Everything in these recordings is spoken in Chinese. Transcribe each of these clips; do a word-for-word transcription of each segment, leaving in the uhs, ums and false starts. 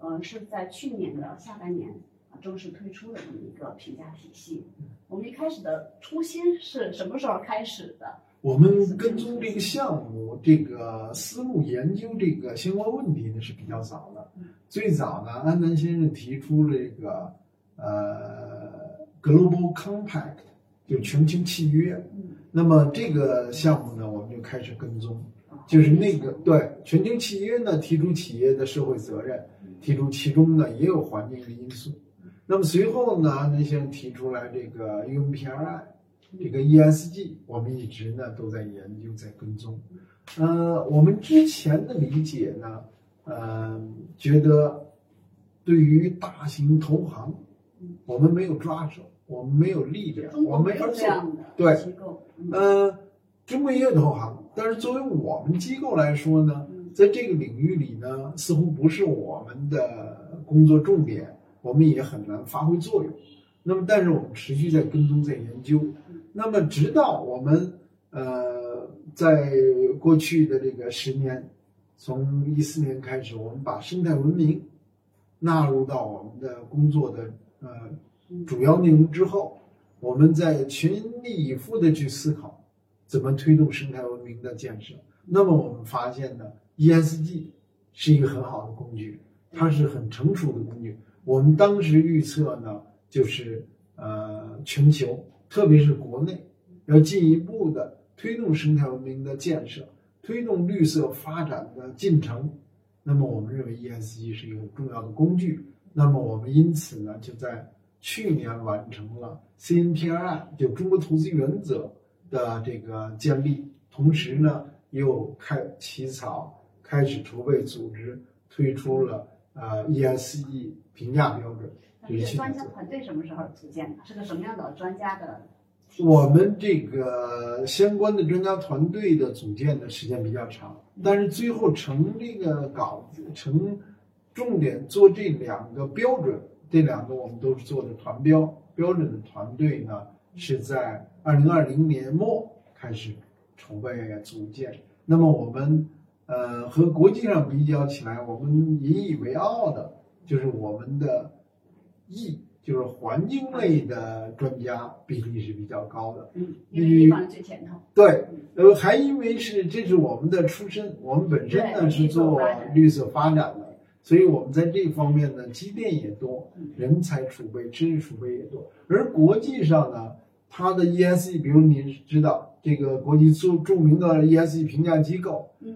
呃，是在去年的下半年啊正式推出的这么一个评价体系。我们一开始的初心是什么时候开始的？ 我们跟踪这个项目，这个思路研究这个相关问题呢是比较早的。最早呢，安南先生提出这个呃 Global Compact， 就全球契约。那么这个项目呢，我们就开始跟踪，就是那个对全球契约呢，提出企业的社会责任，提出其中呢也有环境的因素。那么随后呢，安南先生提出来这个 U N P R I。这个 E S G 我们一直呢都在研究，在跟踪。呃，我们之前的理解呢，呃，觉得对于大型投行，我们没有抓手，我们没有力量，我们没法做。对，呃，中国也有投行，但是作为我们机构来说呢，在这个领域里呢，似乎不是我们的工作重点，我们也很难发挥作用。那么，但是我们持续在跟踪，在研究。那么，直到我们呃，在过去的这个十年，从一四年开始，我们把生态文明纳入到我们的工作的呃主要内容之后，我们在全力以赴的去思考怎么推动生态文明的建设。那么，我们发现呢 ，E S G 是一个很好的工具，它是很成熟的工具。我们当时预测呢。就是呃，全球特别是国内要进一步的推动生态文明的建设，推动绿色发展的进程。那么我们认为 E S G 是一个很重要的工具。那么我们因此呢，就在去年完成了 C N P R I， 就中国投资原则的这个建立，同时呢又开起草、开始筹备、组织推出了呃 E S G 评价标准。 这个专家团队什么时候组建的？是个什么样的专家的？ 我们这个相关的专家团队的组建的时间比较长，但是最后成这个稿子、成重点做这两个标准，这两个我们都是做的团标标准的团队呢，是在二零二零年末开始筹备组建。那么我们呃和国际上比较起来，我们引以为傲的就是我们的。E 就是环境类的专家比例是比较高的， 嗯，因为一放最前头。 对，呃，还因为是这是我们的出身，我们本身呢是做绿色发展的，所以我们在这方面呢积淀也多，人才储备、知识储备也多。而国际上呢，它的 E S G， 比如你知道这个国际著著名的 E S G 评价机构，嗯，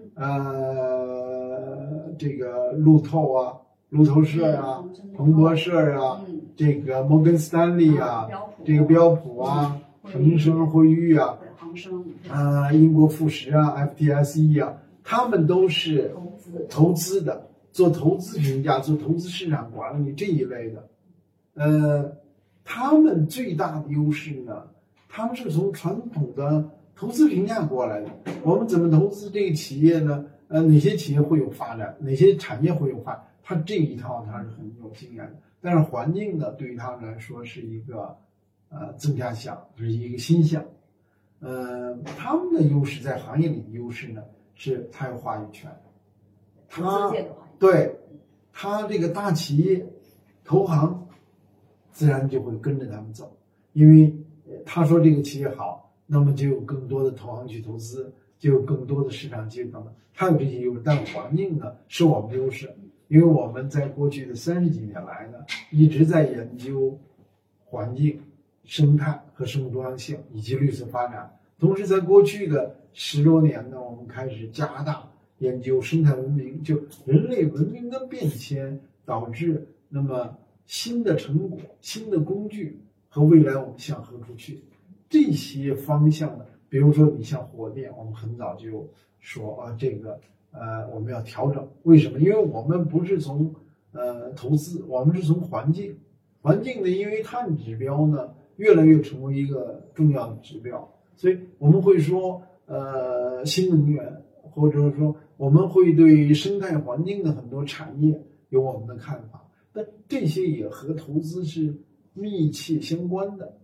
呃，这个路透啊。路透社啊，彭博社啊，嗯、这个摩根斯丹利啊，啊这个标普啊，恒生汇裕啊，啊、呃，英国富时啊 ，F T S E 啊，他们都是投资的，做投资评价、做投资市场管理这一类的。呃，他们最大的优势呢，他们是从传统的投资评价过来的。我们怎么投资这个企业呢？呃，哪些企业会有发展？哪些产业会有发展？他这一套他是很有经验的，但是环境呢，对于他们来说是一个呃增加项，是一个新项。呃，他们的优势在行业里的优势呢，是他有话语权。他对他这个大企业投行，自然就会跟着他们走，因为他说这个企业好，那么就有更多的投行去投资，就有更多的市场机会等等。他有这些优势，但环境呢是我们的优势。因为我们在过去的三十几年来呢，一直在研究环境、生态和生物多样性以及绿色发展。同时，在过去的十多年呢，我们开始加大研究生态文明，就人类文明的变迁导致那么新的成果、新的工具和未来我们向何处去？这些方向呢，比如说你像火电，我们很早就说啊，这个。呃，我们要调整，为什么？因为我们不是从呃投资，我们是从环境，环境呢，因为碳指标呢越来越成为一个重要的指标，所以我们会说，呃，新能源，或者说我们会对生态环境的很多产业有我们的看法，但这些也和投资是密切相关的。